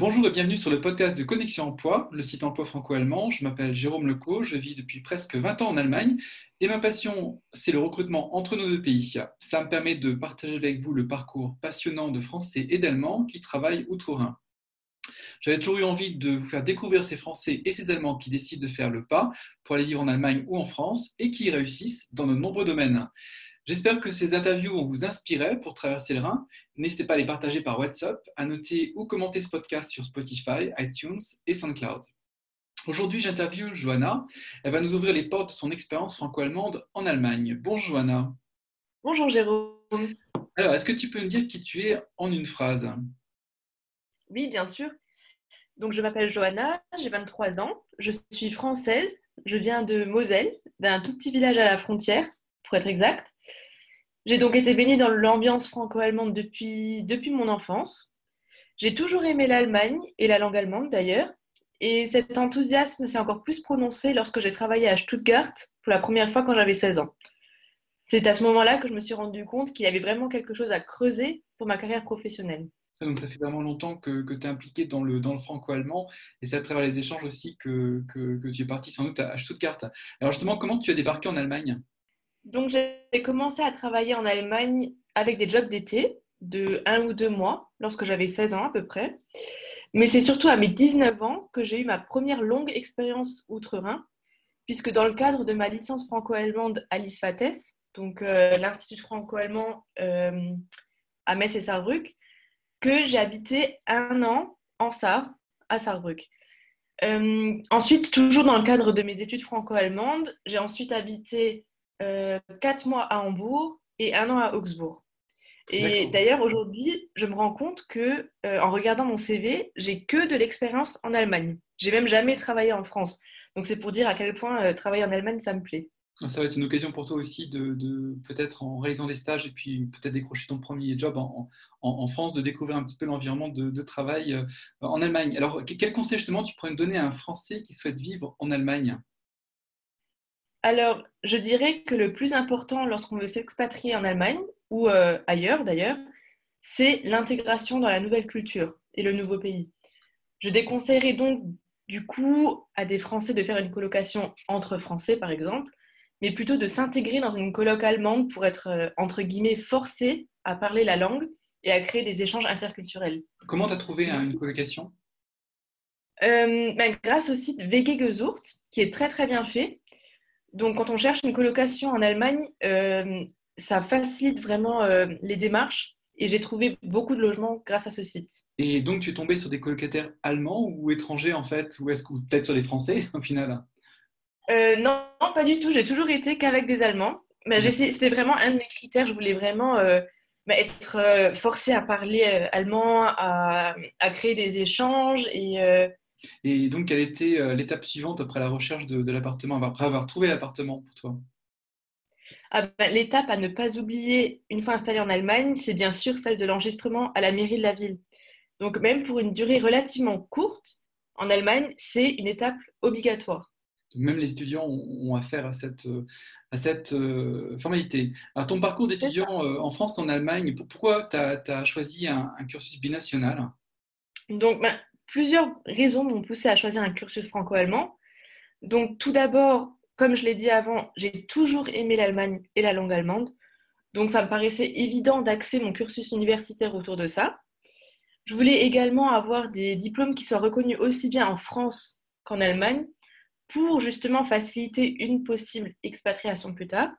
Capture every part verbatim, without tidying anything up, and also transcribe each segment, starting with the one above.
Bonjour et bienvenue sur le podcast de Connexion Emploi, le site emploi franco-allemand. Je m'appelle Jérôme Lecaux, je vis depuis presque vingt ans en Allemagne et ma passion, c'est le recrutement entre nos deux pays. Ça me permet de partager avec vous le parcours passionnant de Français et d'Allemands qui travaillent outre-Rhin. J'avais toujours eu envie de vous faire découvrir ces Français et ces Allemands qui décident de faire le pas pour aller vivre en Allemagne ou en France et qui y réussissent dans de nombreux domaines. J'espère que ces interviews vont vous inspirer pour traverser le Rhin. N'hésitez pas à les partager par WhatsApp, à noter ou commenter ce podcast sur Spotify, iTunes et SoundCloud. Aujourd'hui, j'interviewe Johanna. Elle va nous ouvrir les portes de son expérience franco-allemande en Allemagne. Bonjour Johanna. Bonjour Jérôme. Alors, est-ce que tu peux me dire qui tu es en une phrase ? Oui, bien sûr. Donc, je m'appelle Johanna, j'ai vingt-trois ans, je suis française, je viens de Moselle, d'un tout petit village à la frontière, pour être exact. J'ai donc été baignée dans l'ambiance franco-allemande depuis, depuis mon enfance. J'ai toujours aimé l'Allemagne et la langue allemande d'ailleurs. Et cet enthousiasme s'est encore plus prononcé lorsque j'ai travaillé à Stuttgart pour la première fois quand j'avais seize ans. C'est à ce moment-là que je me suis rendu compte qu'il y avait vraiment quelque chose à creuser pour ma carrière professionnelle. Donc, ça fait vraiment longtemps que, que tu es impliqué dans le, dans le franco-allemand et c'est à travers les échanges aussi que, que, que tu es parti sans doute à Stuttgart. Alors justement, comment tu as débarqué en Allemagne ? Donc, j'ai commencé à travailler en Allemagne avec des jobs d'été de un ou deux mois, lorsque j'avais seize ans à peu près. Mais c'est surtout à mes dix-neuf ans que j'ai eu ma première longue expérience outre-Rhin, puisque dans le cadre de ma licence franco-allemande à l'ISFATES, donc euh, l'Institut franco-allemand euh, à Metz et Sarrebruck, que j'ai habité un an en Sarre, à Sarrebruck. Euh, ensuite, toujours dans le cadre de mes études franco-allemandes, j'ai ensuite habité euh, quatre mois à Hambourg et un an à Augsbourg. Et D'accord. d'ailleurs, aujourd'hui, je me rends compte que, euh, en regardant mon C V, j'ai que de l'expérience en Allemagne. J'ai même jamais travaillé en France. Donc, c'est pour dire à quel point euh, travailler en Allemagne, ça me plaît. Ça va être une occasion pour toi aussi de, de peut-être en réalisant des stages et puis peut-être décrocher ton premier job en, en, en France, de découvrir un petit peu l'environnement de, de travail euh, en Allemagne. Alors, quel conseil justement tu pourrais me donner à un Français qui souhaite vivre en Allemagne ? Alors, je dirais que le plus important lorsqu'on veut s'expatrier en Allemagne, ou euh, ailleurs d'ailleurs, c'est l'intégration dans la nouvelle culture et le nouveau pays. Je déconseillerais donc du coup à des Français de faire une colocation entre Français, par exemple, mais plutôt de s'intégrer dans une coloc allemande pour être, euh, entre guillemets, forcé à parler la langue et à créer des échanges interculturels. Comment tu as trouvé Du hein, une coup, colocation ? euh, ben, grâce au site W G Gesucht, qui est très très bien fait. Donc, quand on cherche une colocation en Allemagne, euh, ça facilite vraiment euh, les démarches et j'ai trouvé beaucoup de logements grâce à ce site. Et donc, tu es tombé sur des colocataires allemands ou étrangers en fait, ou est-ce que ou peut-être sur des Français au final ? Euh, non, non, pas du tout. J'ai toujours été qu'avec des Allemands. Mais j'essaie- c'était vraiment un de mes critères. Je voulais vraiment euh, bah, être euh, forcée à parler euh, allemand, à, à créer des échanges. Et euh, Et donc, quelle était euh, l'étape suivante après la recherche de, de l'appartement, après avoir trouvé l'appartement pour toi ? ah bah, l'étape à ne pas oublier une fois installée en Allemagne, c'est bien sûr celle de l'enregistrement à la mairie de la ville. Donc même pour une durée relativement courte, en Allemagne, c'est une étape obligatoire. Donc, même les étudiants ont, ont affaire à cette, euh, à cette euh, formalité. Alors, ton parcours C'est ça. d'étudiant euh, en France et en Allemagne, pour- pourquoi tu as choisi un, un cursus binational ? Donc bah, plusieurs raisons m'ont poussé à choisir un cursus franco-allemand. Donc, tout d'abord, comme je l'ai dit avant, j'ai toujours aimé l'Allemagne et la langue allemande. Donc, ça me paraissait évident d'axer mon cursus universitaire autour de ça. Je voulais également avoir des diplômes qui soient reconnus aussi bien en France qu'en Allemagne pour justement faciliter une possible expatriation plus tard.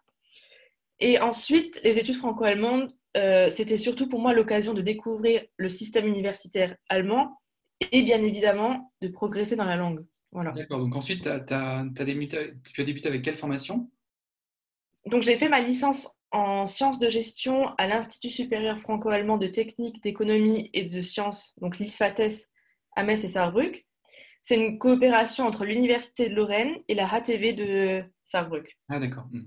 Et ensuite, les études franco-allemandes, euh, c'était surtout pour moi l'occasion de découvrir le système universitaire allemand et bien évidemment de progresser dans la langue. Voilà. D'accord, donc ensuite, t'as- t'as- t'as débuté- tu as débuté avec quelle formation ? Donc, j'ai fait ma licence en sciences de gestion à l'Institut supérieur franco-allemand de technique, d'économie et de sciences, donc l'ISFATES à Metz et Sarrebruck. C'est une coopération entre l'Université de Lorraine et la H T V de Sarrebruck. Ah, d'accord. Hmm.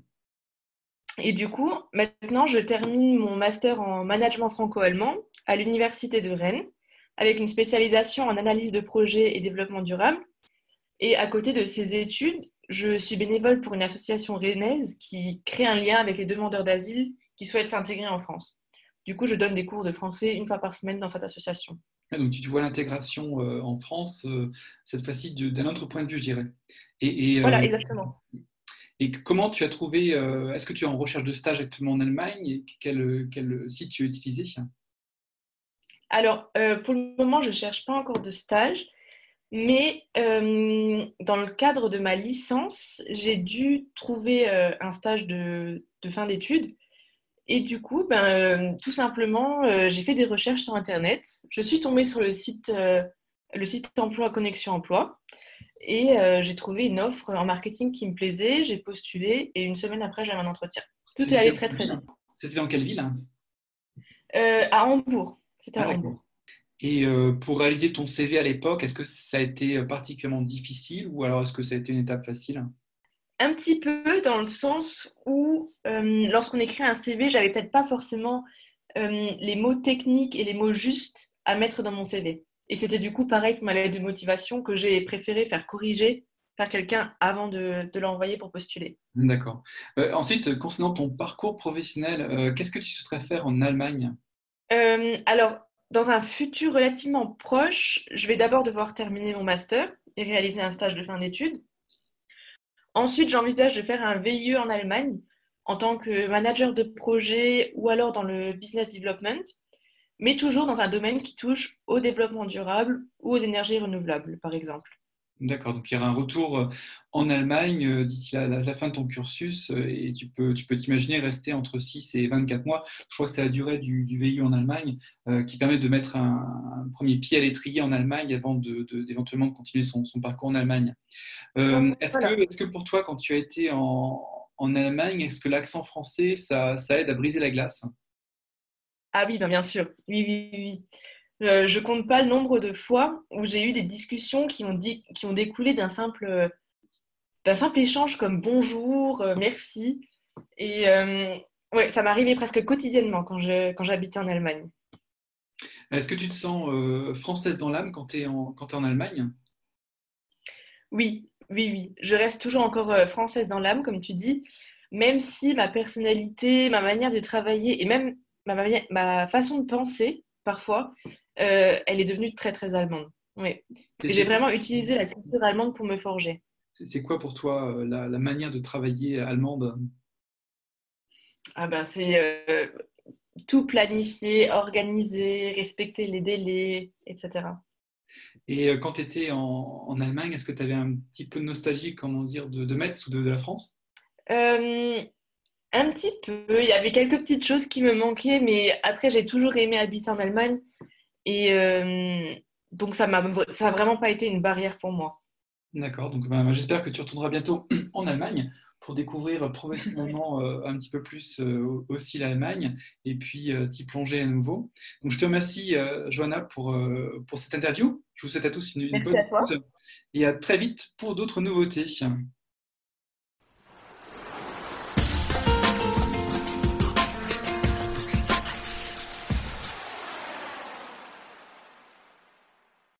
Et du coup, maintenant, je termine mon master en management franco-allemand à l'Université de Rennes avec une spécialisation en analyse de projet et développement durable. Et à côté de ces études, je suis bénévole pour une association rennaise qui crée un lien avec les demandeurs d'asile qui souhaitent s'intégrer en France. Du coup, je donne des cours de français une fois par semaine dans cette association. Ah, donc tu vois l'intégration euh, en France, euh, cette fois-ci de- d'un autre point de vue, je dirais. Et, et, Voilà, euh, exactement. et comment tu as trouvé, euh, est-ce que tu es en recherche de stage actuellement en Allemagne et quel, quel site tu as utilisé? Alors, euh, pour le moment, je ne cherche pas encore de stage, mais euh, dans le cadre de ma licence, j'ai dû trouver euh, un stage de, de fin d'études. Et du coup, ben, euh, tout simplement, euh, j'ai fait des recherches sur Internet. Je suis tombée sur le site, euh, le site Emploi Connexion Emploi et euh, j'ai trouvé une offre en marketing qui me plaisait. J'ai postulé et une semaine après, j'avais un entretien. Tout est C'était allé dans très quelle très ville? vite. C'était dans quelle ville? Euh, à Hambourg. C'était Ah, à d'accord. Hambourg. Et euh, pour réaliser ton C V à l'époque, est-ce que ça a été particulièrement difficile ou alors est-ce que ça a été une étape facile? Un petit peu dans le sens où, euh, lorsqu'on écrit un C V, j'avais peut-être pas forcément euh, les mots techniques et les mots justes à mettre dans mon C V. Et c'était du coup pareil pour ma lettre de motivation que j'ai préféré faire corriger par quelqu'un avant de, de l'envoyer pour postuler. D'accord. Euh, ensuite, concernant ton parcours professionnel, euh, qu'est-ce que tu souhaiterais faire en Allemagne? Euh, alors, dans un futur relativement proche, je vais d'abord devoir terminer mon master et réaliser un stage de fin d'études. Ensuite, j'envisage de faire un V I E en Allemagne en tant que manager de projet ou alors dans le business development, mais toujours dans un domaine qui touche au développement durable ou aux énergies renouvelables, par exemple. D'accord, donc il y aura un retour euh, en Allemagne euh, d'ici la, la- la fin de ton cursus euh, et tu peux tu peux t'imaginer rester entre six et vingt-quatre mois. Je crois que c'est la durée du, du V I E en Allemagne euh, qui permet de mettre un, un premier pied à l'étrier en Allemagne avant de, de- d'éventuellement de continuer son, son parcours en Allemagne. Euh, est-ce que, Voilà. est-ce que pour toi, quand tu as été en, en Allemagne, est-ce que l'accent français, ça, ça aide à briser la glace? Ah oui, ben bien sûr. Oui, oui, oui. Euh, je compte pas le nombre de fois où j'ai eu des discussions qui ont, dit, qui ont découlé d'un simple, d'un simple échange comme bonjour, euh, merci. Et euh, ouais, ça m'arrivait presque quotidiennement quand je, quand j'habitais en Allemagne. Est-ce que tu te sens euh, française dans l'âme quand tu es en, quand tu en Allemagne? Oui, oui, oui. Je reste toujours encore euh, française dans l'âme, comme tu dis, même si ma personnalité, ma manière de travailler et même ma, mani- ma façon de penser, parfois, euh, elle est devenue très, très allemande. Oui. C'est Et j'ai c'est quoi, vraiment utilisé la culture allemande pour me forger. c'est- c'est quoi pour toi euh, la, la manière de travailler allemande? Ah ben, c'est euh, tout planifier, organiser, respecter les délais, et cetera. Et euh, quand tu étais en, en Allemagne, est-ce que tu avais un petit peu de nostalgie, comment dire, de, de Metz ou de, de la France? Euh, un petit peu, il y avait quelques petites choses qui me manquaient, mais après, j'ai toujours aimé habiter en Allemagne. Et euh, donc, ça m'a, ça a vraiment pas été une barrière pour moi. D'accord, donc ben, j'espère que tu retourneras bientôt en Allemagne pour découvrir professionnellement euh, un petit peu plus euh, aussi l'Allemagne et puis euh, t'y plonger à nouveau. Donc je te remercie, euh, Johanna, pour, euh, pour cette interview. Je vous souhaite à tous une, une Merci bonne à toi. écoute et à très vite pour d'autres nouveautés.